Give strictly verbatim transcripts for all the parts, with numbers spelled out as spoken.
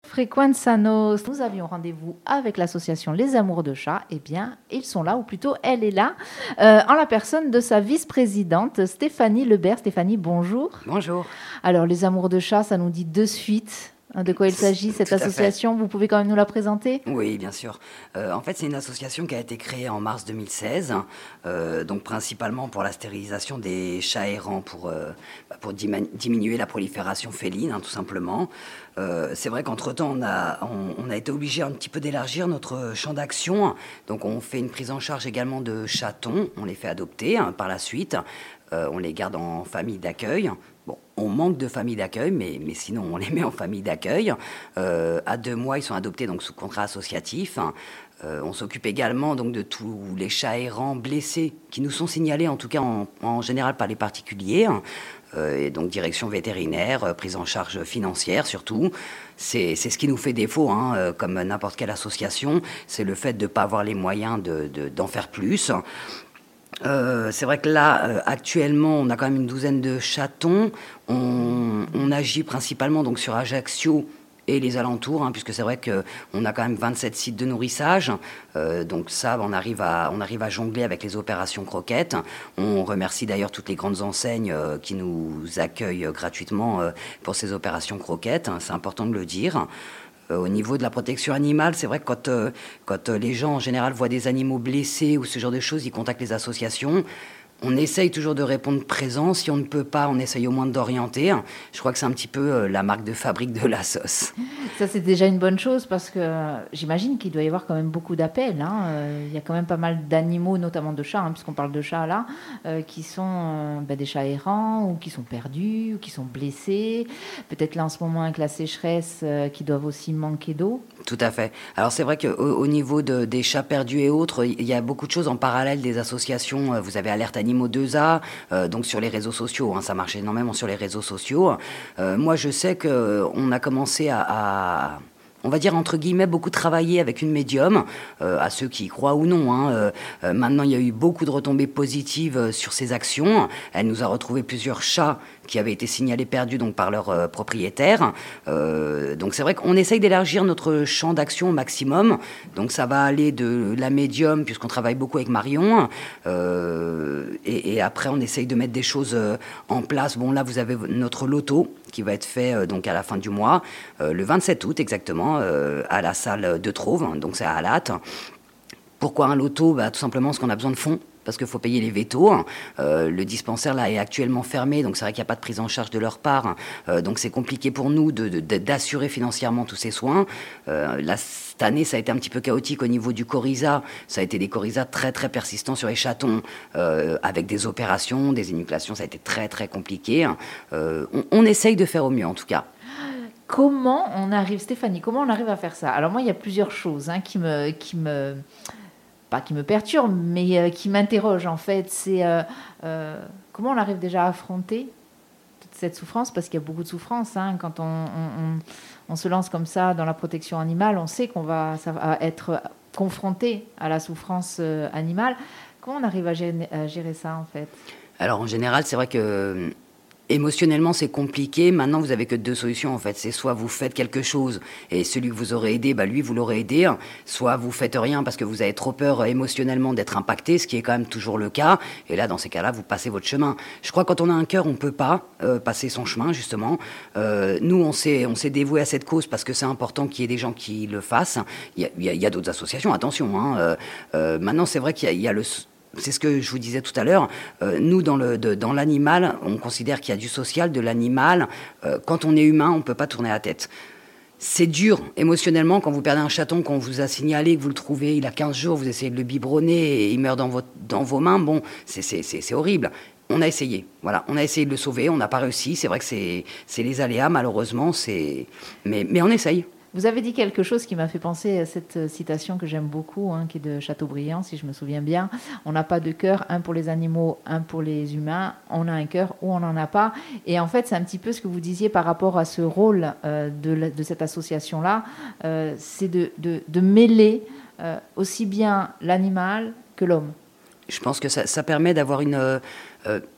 Frequenza Nos. Nous avions rendez-vous avec l'association Les Amours de Chats. Eh bien, ils sont là, ou plutôt elle est là, euh, en la personne de sa vice-présidente Stéphanie Lebert. Stéphanie, bonjour. Bonjour. Alors, Les Amours de Chats, ça nous dit de suite de quoi il s'agit, cette association. Vous pouvez quand même nous la présenter ? Oui, bien sûr. Euh, en fait, c'est une association qui a été créée en mars deux mille seize, euh, donc principalement pour la stérilisation des chats errants, pour, euh, pour diminuer la prolifération féline, hein, tout simplement. Euh, c'est vrai qu'entre-temps, on a, on, on a été obligé un petit peu d'élargir notre champ d'action. Donc, on fait une prise en charge également de chatons. On les fait adopter, hein, par la suite. Euh, on les garde en famille d'accueil. Bon, on manque de famille d'accueil, mais, mais sinon, on les met en famille d'accueil. Euh, à deux mois, ils sont adoptés donc, sous contrat associatif. Euh, on s'occupe également donc, de tous les chats errants blessés qui nous sont signalés, en tout cas en, en général par les particuliers. Euh, et donc, direction vétérinaire, euh, prise en charge financière surtout. C'est, c'est ce qui nous fait défaut, hein, euh, comme n'importe quelle association. C'est le fait de ne pas avoir les moyens de, de, d'en faire plus. Euh, c'est vrai que là, euh, actuellement, on a quand même une douzaine de chatons. On, on agit principalement donc, sur Ajaccio et les alentours, hein, puisque c'est vrai qu'on a quand même vingt-sept sites de nourrissage. Euh, donc ça, on arrive, à, on arrive à jongler avec les opérations croquettes. On remercie d'ailleurs toutes les grandes enseignes euh, qui nous accueillent gratuitement euh, pour ces opérations croquettes. Hein, c'est important de le dire. Au niveau de la protection animale, c'est vrai que quand, euh, quand euh, les gens, en général, voient des animaux blessés ou ce genre de choses, ils contactent les associations. On essaye toujours de répondre présent. Si on ne peut pas, on essaye au moins d'orienter. Je crois que c'est un petit peu euh, la marque de fabrique de la sauce. Ça, c'est déjà une bonne chose parce que euh, j'imagine qu'il doit y avoir quand même beaucoup d'appels. Hein. Euh, il y a quand même pas mal d'animaux, notamment de chats, hein, puisqu'on parle de chats là, euh, qui sont euh, ben, des chats errants ou qui sont perdus ou qui sont blessés. Peut-être là en ce moment avec la sécheresse, euh, qui doivent aussi manquer d'eau. Tout à fait. Alors c'est vrai qu'au au niveau de, des chats perdus et autres, il y a beaucoup de choses en parallèle des associations. Vous avez Alerte Animaux deux A, euh, donc sur les réseaux sociaux. Hein, ça marche énormément sur les réseaux sociaux. Euh, moi, je sais qu'on a commencé à... à on va dire, entre guillemets, beaucoup travaillé avec une médium, euh, à ceux qui y croient ou non. Hein. Euh, euh, maintenant, il y a eu beaucoup de retombées positives euh, sur ces actions. Elle nous a retrouvé plusieurs chats qui avaient été signalés perdus donc, par leurs euh, propriétaires. Euh, donc, c'est vrai qu'on essaye d'élargir notre champ d'action au maximum. Donc, ça va aller de la médium, puisqu'on travaille beaucoup avec Marion. Euh, et, et après, on essaye de mettre des choses euh, en place. Bon, là, vous avez notre loto qui va être fait euh, donc à la fin du mois, euh, le vingt-sept août exactement, euh, à la salle de Trove, hein, donc c'est à Alatte. Pourquoi un loto ? Bah, tout simplement parce qu'on a besoin de fonds, parce qu'il faut payer les vétos. Euh, le dispensaire là est actuellement fermé, donc c'est vrai qu'il n'y a pas de prise en charge de leur part. Euh, donc c'est compliqué pour nous de, de, d'assurer financièrement tous ces soins. Euh, là, cette année, ça a été un petit peu chaotique au niveau du coryza. Ça a été des coryzas très très persistants sur les chatons, euh, avec des opérations, des énucléations. Ça a été très très compliqué. Euh, on, on essaye de faire au mieux en tout cas. Comment on arrive, Stéphanie, comment on arrive à faire ça ? Alors moi, il y a plusieurs choses hein, qui me... Qui me... pas qui me perturbe, mais euh, qui m'interroge en fait, c'est euh, euh, comment on arrive déjà à affronter toute cette souffrance, parce qu'il y a beaucoup de souffrance. Hein, quand on, on, on, on se lance comme ça dans la protection animale, on sait qu'on va, ça va être confronté à la souffrance euh, animale. Comment on arrive à gérer, à gérer ça en fait ? Alors en général, c'est vrai que... émotionnellement, c'est compliqué. Maintenant, vous n'avez que deux solutions, en fait. C'est soit vous faites quelque chose et celui que vous aurez aidé, bah, lui, vous l'aurez aidé. Soit vous faites rien parce que vous avez trop peur émotionnellement d'être impacté, ce qui est quand même toujours le cas. Et là, dans ces cas-là, vous passez votre chemin. Je crois que quand on a un cœur, on ne peut pas euh, passer son chemin, justement. Euh, nous, on s'est, on s'est dévoué à cette cause parce que c'est important qu'il y ait des gens qui le fassent. Il y a, il y a, il y a d'autres associations, attention. Hein. Euh, euh, maintenant, c'est vrai qu'il y a, il y a le... C'est ce que je vous disais tout à l'heure. Euh, nous, dans, le, de, dans l'animal, on considère qu'il y a du social, de l'animal. Euh, quand on est humain, on ne peut pas tourner la tête. C'est dur émotionnellement quand vous perdez un chaton, qu'on vous a signalé, que vous le trouvez, il a quinze jours, vous essayez de le biberonner et il meurt dans, votre, dans vos mains. Bon, c'est, c'est, c'est, c'est horrible. On a essayé. Voilà, on a essayé de le sauver, on n'a pas réussi. C'est vrai que c'est, c'est les aléas, malheureusement. C'est... Mais, mais on essaye. Vous avez dit quelque chose qui m'a fait penser à cette citation que j'aime beaucoup, hein, qui est de Chateaubriand, si je me souviens bien. On n'a pas de cœur, un pour les animaux, un pour les humains. On a un cœur ou on n'en a pas. Et en fait, c'est un petit peu ce que vous disiez par rapport à ce rôle euh, de, la, de cette association-là. Euh, c'est de, de, de mêler euh, aussi bien l'animal que l'homme. Je pense que ça, ça permet d'avoir une... Euh,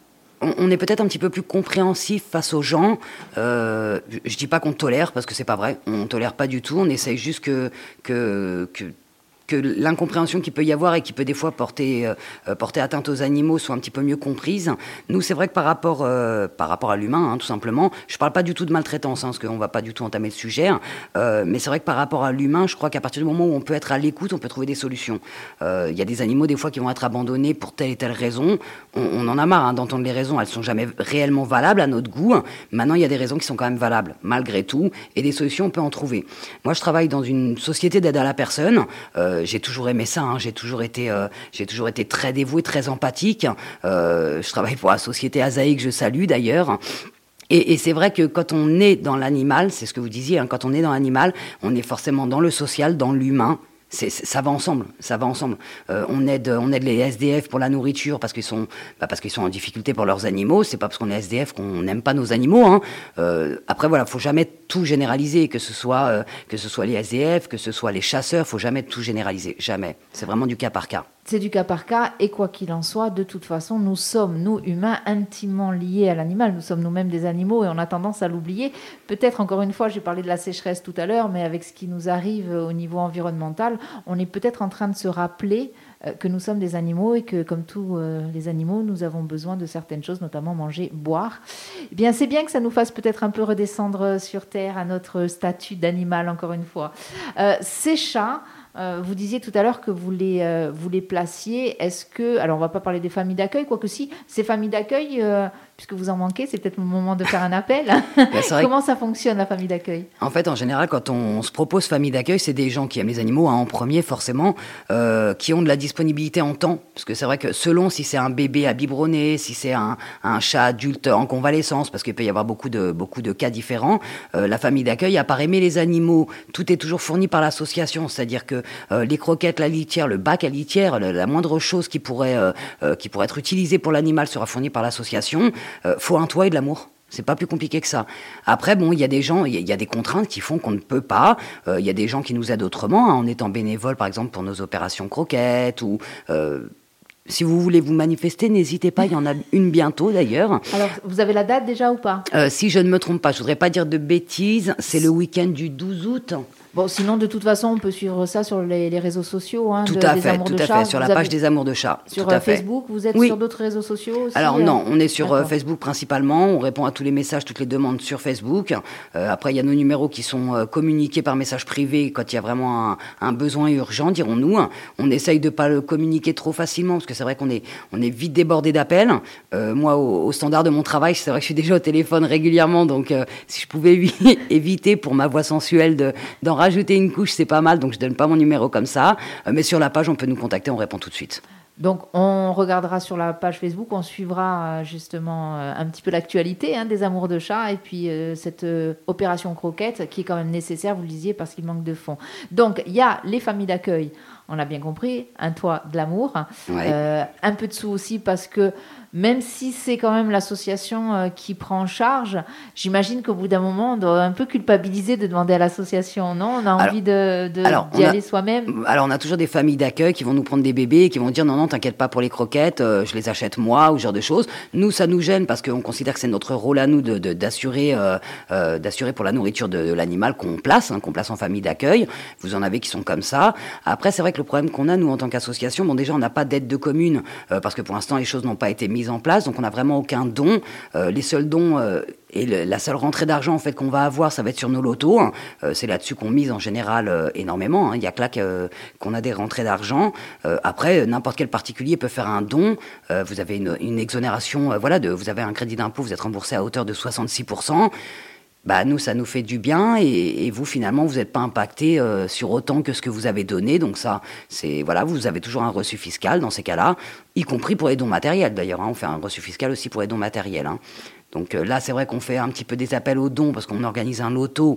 on, on est peut-être un petit peu plus compréhensif face aux gens. Euh, je dis pas qu'on tolère, parce que c'est pas vrai. On tolère pas du tout. On essaye juste que que, que que l'incompréhension qu'il peut y avoir et qui peut des fois porter, euh, porter atteinte aux animaux soit un petit peu mieux comprise. Nous, c'est vrai que par rapport, euh, par rapport à l'humain, hein, tout simplement, je ne parle pas du tout de maltraitance, hein, parce qu'on ne va pas du tout entamer le sujet, hein, euh, mais c'est vrai que par rapport à l'humain, je crois qu'à partir du moment où on peut être à l'écoute, on peut trouver des solutions. Il euh, y a des animaux, des fois, qui vont être abandonnés pour telle et telle raison. On, on en a marre hein, d'entendre les raisons. Elles ne sont jamais réellement valables à notre goût. Maintenant, il y a des raisons qui sont quand même valables, malgré tout, et des solutions, on peut en trouver. Moi, je travaille dans une société d'aide à la personne. Euh, j'ai toujours aimé ça, hein. j'ai, toujours été, euh, j'ai toujours été très dévoué, très empathique. Euh, je travaille pour la société Asahi, que je salue d'ailleurs. Et, et c'est vrai que quand on est dans l'animal, c'est ce que vous disiez, hein, quand on est dans l'animal, on est forcément dans le social, dans l'humain. C'est, ça va ensemble, ça va ensemble. Euh, on aide, on aide les S D F pour la nourriture parce qu'ils sont, bah parce qu'ils sont en difficulté pour leurs animaux. C'est pas parce qu'on est S D F qu'on n'aime pas nos animaux. Hein. Euh, après voilà, faut jamais tout généraliser, que ce soit euh, que ce soit les S D F, que ce soit les chasseurs, faut jamais tout généraliser, jamais. C'est vraiment du cas par cas. C'est du cas par cas, et quoi qu'il en soit, de toute façon, nous sommes, nous, humains, intimement liés à l'animal. Nous sommes nous-mêmes des animaux et on a tendance à l'oublier. Peut-être, encore une fois, j'ai parlé de la sécheresse tout à l'heure, mais avec ce qui nous arrive au niveau environnemental, on est peut-être en train de se rappeler que nous sommes des animaux et que, comme tous euh, les animaux, nous avons besoin de certaines choses, notamment manger, boire. Eh bien, c'est bien que ça nous fasse peut-être un peu redescendre sur Terre à notre statut d'animal, encore une fois. Euh, ces chats... Euh, vous disiez tout à l'heure que vous les, euh, vous les placiez. Est-ce que... Alors, on ne va pas parler des familles d'accueil, quoique si, ces familles d'accueil, euh, puisque vous en manquez, c'est peut-être le moment de faire un appel. Ben, comment que... ça fonctionne, la famille d'accueil ? En fait, en général, quand on se propose famille d'accueil, c'est des gens qui aiment les animaux, hein, en premier, forcément, euh, qui ont de la disponibilité en temps. Parce que c'est vrai que selon si c'est un bébé à biberonner, si c'est un, un chat adulte en convalescence, parce qu'il peut y avoir beaucoup de, beaucoup de cas différents, euh, la famille d'accueil, à part aimer les animaux, tout est toujours fourni par l'association. C'est-à-dire que Euh, les croquettes, la litière, le bac à litière, la, la moindre chose qui pourrait, euh, euh, qui pourrait être utilisée pour l'animal sera fournie par l'association. Euh, faut un toit et de l'amour. C'est pas plus compliqué que ça. Après, bon, il y a des gens, il y, y a des contraintes qui font qu'on ne peut pas. Il euh, y a des gens qui nous aident autrement, hein, en étant bénévoles, par exemple, pour nos opérations croquettes ou... Euh, Si vous voulez vous manifester, n'hésitez pas, il y en a une bientôt d'ailleurs. Alors, vous avez la date déjà ou pas ? euh, Si je ne me trompe pas, je ne voudrais pas dire de bêtises, c'est le week-end du douze août. Bon, sinon, de toute façon, on peut suivre ça sur les, les réseaux sociaux. Hein, tout de, à des fait, Amours tout de à chat. fait, sur vous la page des Amours de chat. Sur tout à fait. Facebook, vous êtes oui. sur d'autres réseaux sociaux aussi ? Alors non, on est sur D'accord. Facebook principalement, on répond à tous les messages, toutes les demandes sur Facebook. Euh, après, il y a nos numéros qui sont euh, communiqués par message privé quand il y a vraiment un, un besoin urgent, dirons-nous. On essaye de ne pas le communiquer trop facilement, parce que c'est vrai qu'on est, on est vite débordé d'appels. Euh, moi, au, au standard de mon travail, c'est vrai que je suis déjà au téléphone régulièrement, donc euh, si je pouvais éviter pour ma voix sensuelle de, d'en rajouter une couche, c'est pas mal, donc je donne pas mon numéro comme ça. Euh, mais sur la page, on peut nous contacter, on répond tout de suite. Donc, on regardera sur la page Facebook, on suivra justement un petit peu l'actualité hein, des Amours de chat et puis euh, cette euh, opération croquette qui est quand même nécessaire, vous le disiez, parce qu'il manque de fonds. Donc, il y a les familles d'accueil, on a bien compris, un toit, de l'amour, ouais. euh, un peu de sous aussi parce que même si c'est quand même l'association euh, qui prend en charge, j'imagine qu'au bout d'un moment, on doit un peu culpabiliser de demander à l'association, non ? On a alors, envie de, de, alors, d'y aller a, soi-même. Alors, on a toujours des familles d'accueil qui vont nous prendre des bébés et qui vont dire non, non, t'inquiète pas pour les croquettes, euh, je les achète moi, ou ce genre de choses. Nous, ça nous gêne parce qu'on considère que c'est notre rôle à nous de, de, d'assurer, euh, euh, d'assurer pour la nourriture de, de l'animal qu'on place, hein, qu'on place en famille d'accueil. Vous en avez qui sont comme ça. Après, c'est vrai que le problème qu'on a, nous, en tant qu'association, bon, déjà, on n'a pas d'aide de commune euh, parce que pour l'instant, les choses n'ont pas été mises en place, donc on n'a vraiment aucun don. Euh, les seuls dons euh, et le, la seule rentrée d'argent en fait qu'on va avoir, ça va être sur nos lotos. Hein. Euh, c'est là-dessus qu'on mise en général euh, énormément. Hein. Il y a que là que, qu'on a des rentrées d'argent. Euh, après, n'importe quel particulier peut faire un don. Euh, vous avez une, une exonération, euh, voilà, de, vous avez un crédit d'impôt, vous êtes remboursé à hauteur de soixante-six pour cent. Bah, nous, ça nous fait du bien et, et vous, finalement, vous n'êtes pas impacté euh, sur autant que ce que vous avez donné. Donc ça, c'est, voilà, vous avez toujours un reçu fiscal dans ces cas-là, y compris pour les dons matériels d'ailleurs. Hein, on fait un reçu fiscal aussi pour les dons matériels. Hein. Donc euh, là, c'est vrai qu'on fait un petit peu des appels aux dons parce qu'on organise un loto.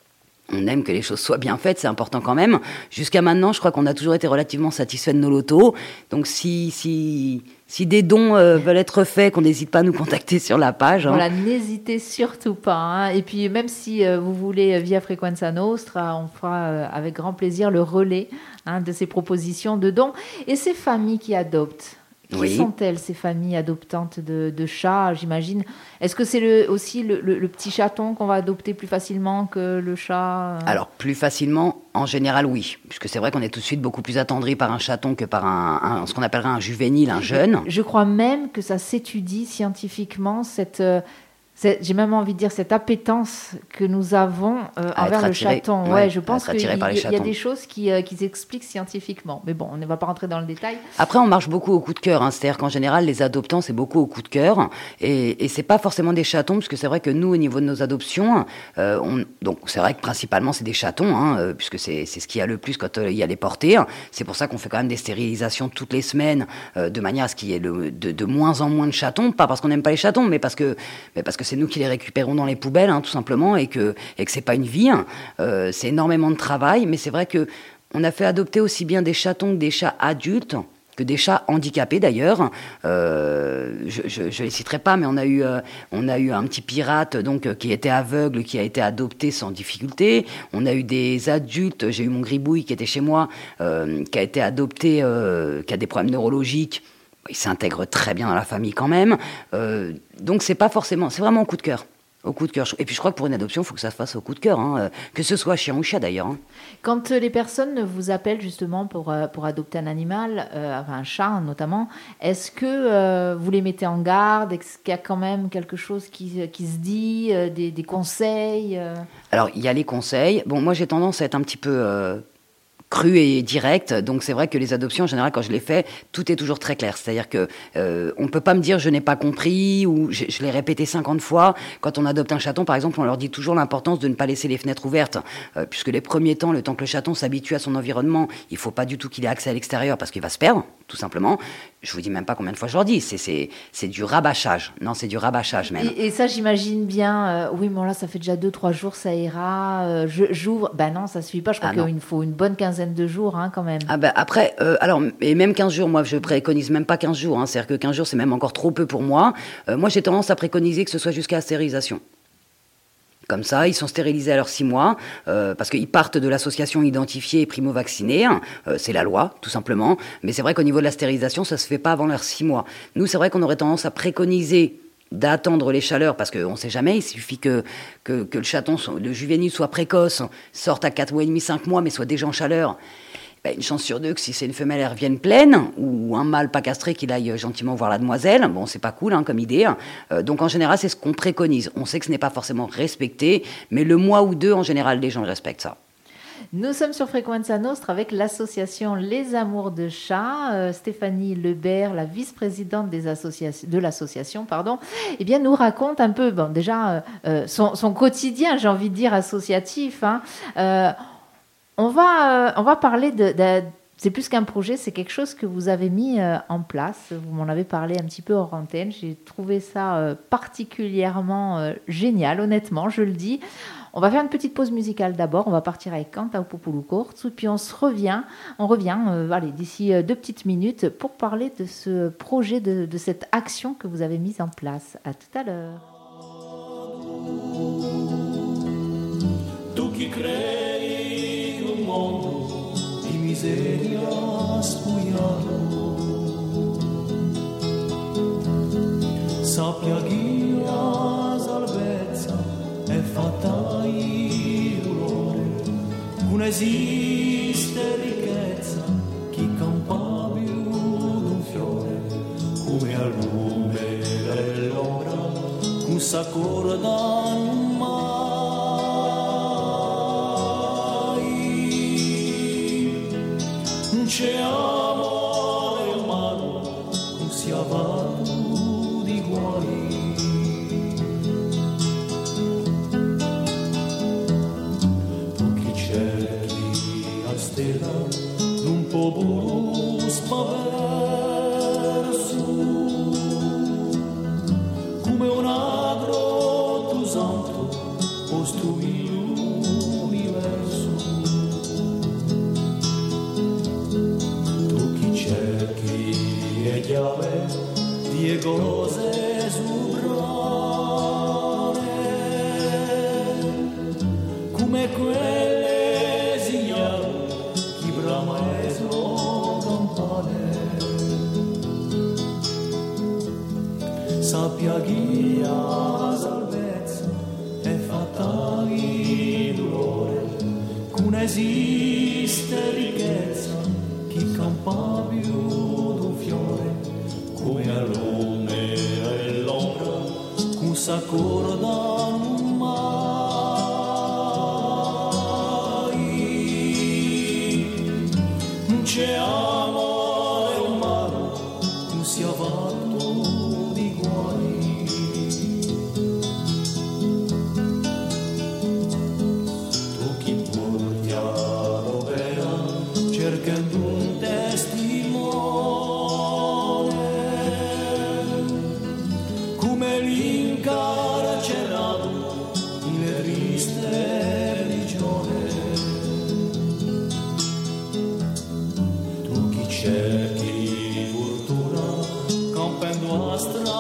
On aime que les choses soient bien faites, c'est important quand même. Jusqu'à maintenant, je crois qu'on a toujours été relativement satisfaits de nos lotos. Donc si, si, si des dons euh, veulent être faits, qu'on n'hésite pas à nous contacter sur la page. Hein. Voilà, n'hésitez surtout pas. Hein. Et puis même si euh, vous voulez via Frequenza Nostra, on fera euh, avec grand plaisir le relais hein, de ces propositions de dons. Et ces familles qui adoptent, Qui oui. sont-elles, ces familles adoptantes de, de chats, j'imagine? Est-ce que c'est le, aussi le, le, le petit chaton qu'on va adopter plus facilement que le chat? Alors, plus facilement, en général, oui. Puisque c'est vrai qu'on est tout de suite beaucoup plus attendri par un chaton que par un, un ce qu'on appellerait un juvénile, un jeune. Je crois même que ça s'étudie scientifiquement, cette... Euh, j'ai même envie de dire cette appétence que nous avons euh, envers le chaton. Ouais, ouais, je pense qu'il y, y a des choses qui, euh, qui s'expliquent scientifiquement. Mais bon, on ne va pas rentrer dans le détail. Après, on marche beaucoup au coup de cœur. Hein. C'est-à-dire qu'en général, les adoptants, c'est beaucoup au coup de cœur. Et, et c'est pas forcément des chatons, parce que c'est vrai que nous, au niveau de nos adoptions, euh, on, donc c'est vrai que principalement, c'est des chatons, hein, euh, puisque c'est, c'est ce qu'il y a le plus quand euh, il y a les portées. C'est pour ça qu'on fait quand même des stérilisations toutes les semaines, euh, de manière à ce qu'il y ait le, de, de moins en moins de chatons. Pas parce qu'on n'aime pas les chatons, mais parce que, mais parce que c'est nous qui les récupérons dans les poubelles, hein, tout simplement, et que, et que c'est pas une vie. Hein. Euh, c'est énormément de travail, mais c'est vrai que on a fait adopter aussi bien des chatons que des chats adultes, que des chats handicapés d'ailleurs. Euh, je ne les citerai pas, mais on a eu, euh, on a eu un petit pirate donc, euh, qui était aveugle, qui a été adopté sans difficulté. On a eu des adultes, j'ai eu mon gribouille qui était chez moi, euh, qui a été adopté, euh, qui a des problèmes neurologiques. Il s'intègre très bien dans la famille quand même. Euh, donc c'est pas forcément, c'est vraiment au coup de cœur. Au coup de cœur. Et puis je crois que pour une adoption, il faut que ça se fasse au coup de cœur, hein, que ce soit chien ou chat d'ailleurs. Hein. Quand les personnes vous appellent justement pour, pour adopter un animal, euh, enfin un chat notamment, est-ce que euh, vous les mettez en garde? Est-ce qu'il y a quand même quelque chose qui, qui se dit, euh, des, des conseils euh... Alors il y a les conseils. Bon, moi j'ai tendance à être un petit peu... Euh, cru et direct, donc c'est vrai que les adoptions en général quand je les fais, tout est toujours très clair, c'est-à-dire que euh, on peut pas me dire je n'ai pas compris ou je, je l'ai répété cinquante fois. Quand on adopte un chaton par exemple, on leur dit toujours l'importance de ne pas laisser les fenêtres ouvertes, euh, puisque les premiers temps, le temps que le chaton s'habitue à son environnement, il faut pas du tout qu'il ait accès à l'extérieur parce qu'il va se perdre, tout simplement. Je vous dis même pas combien de fois je leur dis, c'est, c'est, c'est du rabâchage, non c'est du rabâchage même. Et, et ça j'imagine bien, euh, oui mais là ça fait déjà deux trois jours ça ira, euh, je, j'ouvre, ben non ça suffit pas, je crois ah, qu'il non. faut une bonne quinzaine de jours hein, quand même. Ah ben après, euh, alors, et même quinze jours, moi je préconise même pas quinze jours, hein, c'est-à-dire que quinze jours c'est même encore trop peu pour moi. Euh, moi j'ai tendance à préconiser que ce soit jusqu'à la stérilisation. Comme ça, ils sont stérilisés à leurs six mois, euh, parce qu'ils partent de l'association identifiée et primo-vaccinée, euh, c'est la loi, tout simplement. Mais c'est vrai qu'au niveau de la stérilisation, ça se fait pas avant leurs six mois. Nous, c'est vrai qu'on aurait tendance à préconiser d'attendre les chaleurs, parce qu'on ne sait jamais, il suffit que, que, que le chaton, le juvénile soit précoce, sorte à quatre mois et demi, cinq mois, mais soit déjà en chaleur. Ben, une chance sur deux que si c'est une femelle, elle revienne pleine, ou un mâle pas castré qu'il aille gentiment voir la demoiselle. Bon, c'est pas cool hein, comme idée. Euh, donc en général, c'est ce qu'on préconise. On sait que ce n'est pas forcément respecté, mais le mois ou deux, en général, les gens respectent ça. Nous sommes sur Frequenza Nostra avec l'association Les Amours de Chats. Euh, Stéphanie Lebert, la vice-présidente des associations, de l'association, pardon, eh bien, nous raconte un peu, bon, déjà, euh, son, son quotidien, j'ai envie de dire, associatif. Hein. Euh, on, va, euh, on va parler de... de c'est plus qu'un projet, c'est quelque chose que vous avez mis euh, en place. Vous m'en avez parlé un petit peu hors antenne. J'ai trouvé ça euh, particulièrement euh, génial, honnêtement, je le dis. On va faire une petite pause musicale d'abord. On va partir avec Canta Populu Corso, puis on se revient. On revient, euh, allez, d'ici euh, deux petites minutes pour parler de ce projet, de, de cette action que vous avez mise en place. À tout à l'heure. Tu qui crei un mondo di miseria spugliato, sappia chi la salvezza è fatta di dolore, non esiste ricchezza chi campa più d'un fiore, come al lume dell'ombra non s'accordano c'è amore umano, non si avanti di guai. Tu chi cerchi a stella d'un popolo spaverso, come un agro tu santo costruì l'universo. Chiave di cose sovrane come quelle signali chi brama e sono campane piaghia salvezza e fatali dolore, che non esiste ricchezza chi campa più d'un fiore, come a lume e l'ombra che s'accordano mai. Non c'è amore umano, non sia fatto di guai. Tu chi porti a dov'era cercando un testimone, come l'incarcerato in triste prigione. Tu chi cerchi fortuna campendo a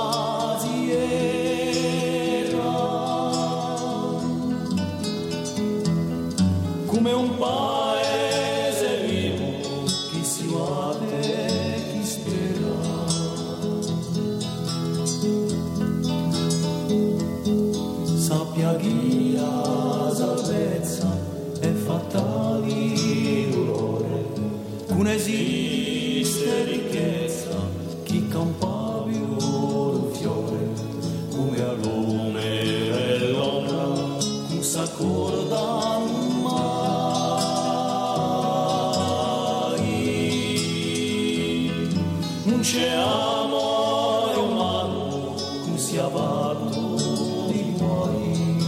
strasiera, come un paese vivo chi si guarda chi spera. Sappia chi ha salvezza e fatali dolore, che non esiste ricchezza chi campa più d'un fiore, come a lume e l'ombra che s'accordano mai. Non c'è amore umano che sia fatto di guai.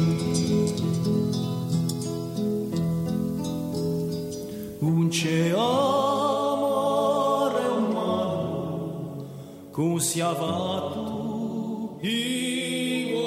Non c'è amore umano che sia fatto di guai.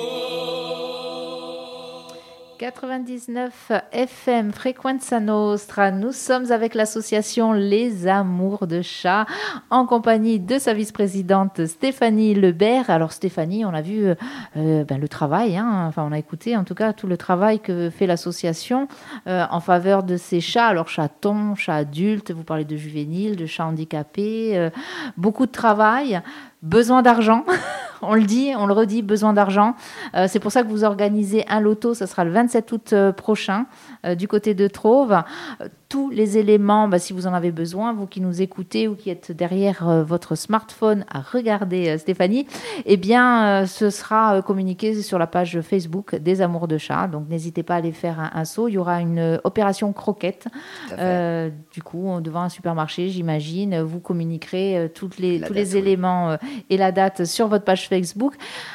quatre-vingt-dix-neuf F M, Frequenza Nostra. Nous sommes avec l'association Les Amours de Chat, en compagnie de sa vice-présidente Stéphanie Lebert. Alors Stéphanie, on a vu euh, ben, le travail, hein, enfin on a écouté en tout cas tout le travail que fait l'association euh, en faveur de ces chats. Alors chatons, chats adultes, vous parlez de juvéniles, de chats handicapés, euh, beaucoup de travail. Besoin d'argent, on le dit, on le redit, besoin d'argent. Euh, c'est pour ça que vous organisez un loto, ça sera le vingt-sept août euh, prochain, euh, du côté de Trove. Euh, tous les éléments, bah, si vous en avez besoin, vous qui nous écoutez ou qui êtes derrière euh, votre smartphone à regarder euh, Stéphanie, eh bien, euh, ce sera euh, communiqué sur la page Facebook des Amours de Chat. Donc, n'hésitez pas à aller faire un, un saut. Il y aura une euh, opération croquette. Euh, du coup, devant un supermarché, j'imagine, vous communiquerez euh, toutes les, tous date, les oui. éléments euh, et la date sur votre page Facebook.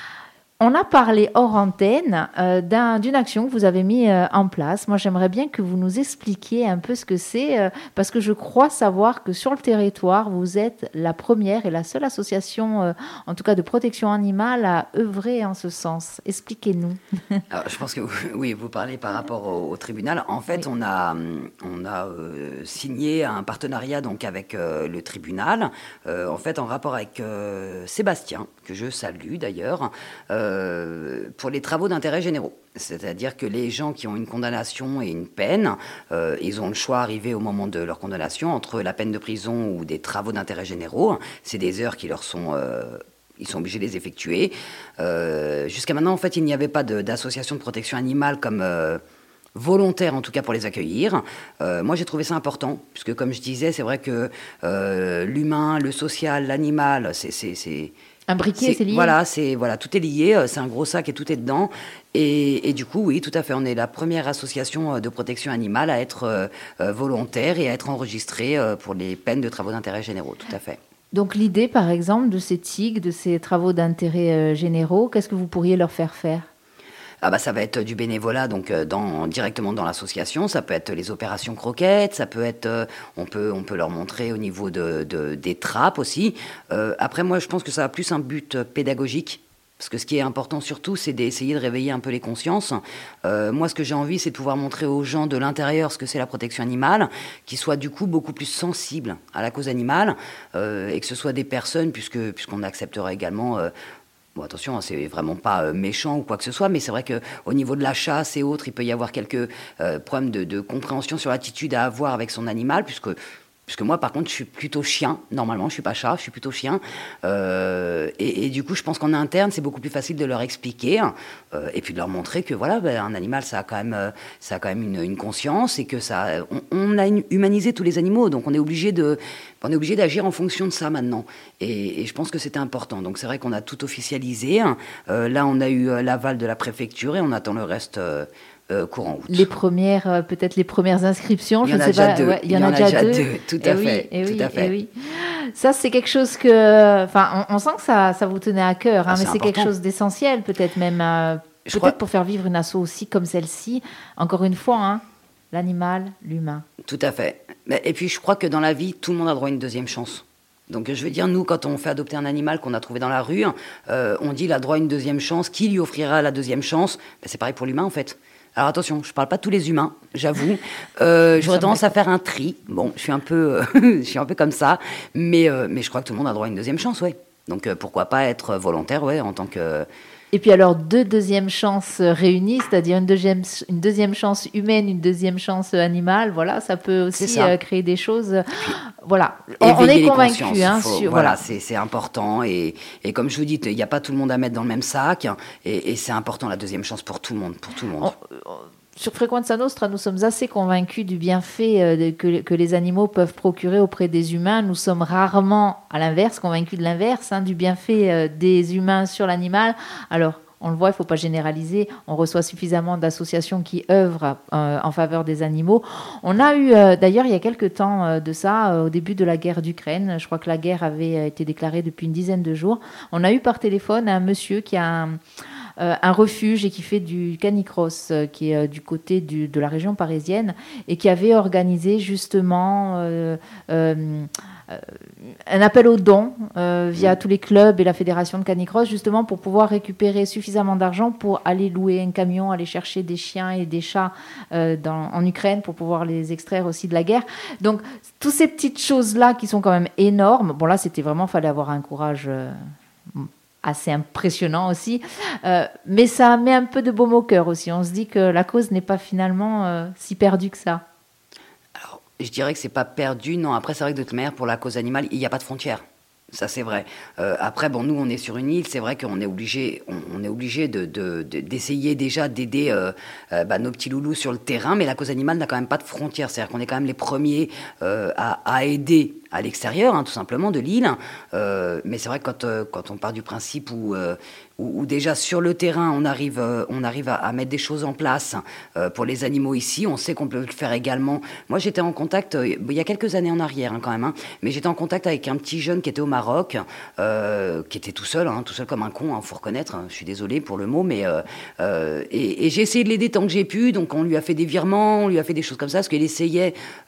On a parlé hors antenne euh, d'un, d'une action que vous avez mis euh, en place. Moi, j'aimerais bien que vous nous expliquiez un peu ce que c'est, euh, parce que je crois savoir que sur le territoire, vous êtes la première et la seule association, euh, en tout cas de protection animale, à œuvrer en ce sens. Expliquez-nous. Alors, je pense que oui, vous parlez par rapport au, au tribunal. En fait, oui. on a, on a euh, signé un partenariat donc avec euh, le tribunal, euh, en fait en rapport avec euh, Sébastien, que je salue d'ailleurs. Euh, pour les travaux d'intérêt généraux. C'est-à-dire que les gens qui ont une condamnation et une peine, euh, ils ont le choix arrivé au moment de leur condamnation entre la peine de prison ou des travaux d'intérêt généraux. C'est des heures qui leur sont... Euh, ils sont obligés de les effectuer. Euh, jusqu'à maintenant, en fait, il n'y avait pas de, d'association de protection animale comme... Euh, volontaire en tout cas pour les accueillir. Euh, moi j'ai trouvé ça important, puisque comme je disais, c'est vrai que euh, l'humain, le social, l'animal, c'est... c'est, c'est imbriqué, c'est, c'est lié. Voilà, c'est, voilà, tout est lié, c'est un gros sac et tout est dedans. Et, et du coup, oui, tout à fait, on est la première association de protection animale à être euh, volontaire et à être enregistrée euh, pour les peines de travaux d'intérêt généraux, tout à fait. Donc l'idée, par exemple, de ces T I C, de ces travaux d'intérêt euh, généraux, qu'est-ce que vous pourriez leur faire faire ? Ah bah ça va être du bénévolat donc dans, directement dans l'association. Ça peut être les opérations croquettes, ça peut être euh, on peut on peut leur montrer au niveau de, de des trappes aussi. Euh, après moi je pense que ça a plus un but pédagogique. Parce que ce qui est important surtout, c'est d'essayer de réveiller un peu les consciences. Euh, moi, ce que j'ai envie, c'est de pouvoir montrer aux gens de l'intérieur ce que c'est la protection animale, qu'ils soient du coup beaucoup plus sensibles à la cause animale, euh, et que ce soit des personnes, puisque puisqu'on acceptera également... Euh, Bon, attention, hein, c'est vraiment pas euh, méchant ou quoi que ce soit, mais c'est vrai qu'au niveau de la chasse et autres, il peut y avoir quelques euh, problèmes de, de compréhension sur l'attitude à avoir avec son animal, puisque Parce que moi, par contre, je suis plutôt chien. Normalement, je suis pas chat, je suis plutôt chien. Euh, et, et du coup, je pense qu'en interne, c'est beaucoup plus facile de leur expliquer euh, et puis de leur montrer que voilà, ben, un animal, ça a quand même, euh, ça a quand même une, une conscience et que ça, on, on a humanisé tous les animaux, donc on est obligé de, on est obligé d'agir en fonction de ça maintenant. Et, et je pense que c'était important. Donc c'est vrai qu'on a tout officialisé. Euh, là, on a eu l'aval de la préfecture et on attend le reste. Euh, Euh, courant août. Les premières, euh, peut-être les premières inscriptions, je ne sais pas. Ouais, il y en a déjà deux. deux. Tout à et fait. Oui, tout oui, à fait. Oui. Ça, c'est quelque chose que, enfin, on, on sent que ça, ça vous tenait à cœur, hein, ah, mais c'est, c'est quelque chose d'essentiel, peut-être même, euh, peut-être crois... pour faire vivre une asso aussi comme celle-ci. Encore une fois, hein, l'animal, l'humain. Tout à fait. Et puis, je crois que dans la vie, tout le monde a droit à une deuxième chance. Donc, je veux dire, nous, quand on fait adopter un animal qu'on a trouvé dans la rue, euh, on dit il a droit à une deuxième chance. Qui lui offrira la deuxième chance? Ben, c'est pareil pour l'humain, en fait. Alors attention, je ne parle pas de tous les humains, j'avoue. Euh, j'aurais tendance à faire un tri. Bon, je suis un peu, je suis un peu comme ça, mais, euh, mais je crois que tout le monde a droit à une deuxième chance, ouais. Donc euh, pourquoi pas être volontaire, ouais, en tant que... Et puis alors, deux deuxièmes chances réunies, c'est-à-dire une deuxième, une deuxième chance humaine, une deuxième chance animale, voilà, ça peut aussi ça. Euh, créer des choses. Puis, voilà, on, on est convaincus. Hein, faut, sur, voilà, voilà. C'est, c'est important. Et, et comme je vous dis, il n'y a pas tout le monde à mettre dans le même sac. Et, et c'est important, la deuxième chance pour tout le monde. Pour tout le monde. On, on, Sur Frequenza Nostra, nous sommes assez convaincus du bienfait euh, que, que les animaux peuvent procurer auprès des humains. Nous sommes rarement, à l'inverse, convaincus de l'inverse, hein, du bienfait euh, des humains sur l'animal. Alors, on le voit, il ne faut pas généraliser. On reçoit suffisamment d'associations qui œuvrent euh, en faveur des animaux. On a eu, euh, d'ailleurs, il y a quelques temps euh, de ça, euh, au début de la guerre d'Ukraine, je crois que la guerre avait été déclarée depuis une dizaine de jours, on a eu par téléphone un monsieur qui a... un, Euh, un refuge et qui fait du canicross, euh, qui est euh, du côté du, de la région parisienne, et qui avait organisé justement euh, euh, un appel aux dons euh, via tous les clubs et la fédération de canicross, justement pour pouvoir récupérer suffisamment d'argent pour aller louer un camion, aller chercher des chiens et des chats euh, dans, en Ukraine pour pouvoir les extraire aussi de la guerre. Donc, toutes ces petites choses-là qui sont quand même énormes. Bon, là, c'était vraiment, il fallait avoir un courage... Euh, assez impressionnant aussi, euh, mais ça met un peu de baume au cœur aussi. On se dit que la cause n'est pas finalement euh, si perdue que ça. Alors, je dirais que c'est pas perdu, non. Après, c'est vrai que de toute manière, pour la cause animale, il n'y a pas de frontières. Ça, c'est vrai. Euh, après, bon, nous, on est sur une île. C'est vrai qu'on est obligé, on, on est obligé de, de, de, d'essayer déjà d'aider euh, euh, bah, nos petits loulous sur le terrain, mais la cause animale n'a quand même pas de frontières. C'est-à-dire qu'on est quand même les premiers euh, à, à aider à l'extérieur, hein, tout simplement, de l'île. Euh, mais c'est vrai que quand, euh, quand on part du principe où, euh, où, où déjà sur le terrain, on arrive, euh, on arrive à, à mettre des choses en place euh, pour les animaux ici, on sait qu'on peut le faire également. Moi, j'étais en contact, euh, il y a quelques années en arrière, hein, quand même, hein, mais j'étais en contact avec un petit jeune qui était au Maroc, euh, qui était tout seul, hein, tout seul comme un con, il hein, faut reconnaître, hein, je suis désolé pour le mot, mais... Euh, euh, et, et j'ai essayé de l'aider tant que j'ai pu, donc on lui a fait des virements, on lui a fait des choses comme ça, parce qu'il essayait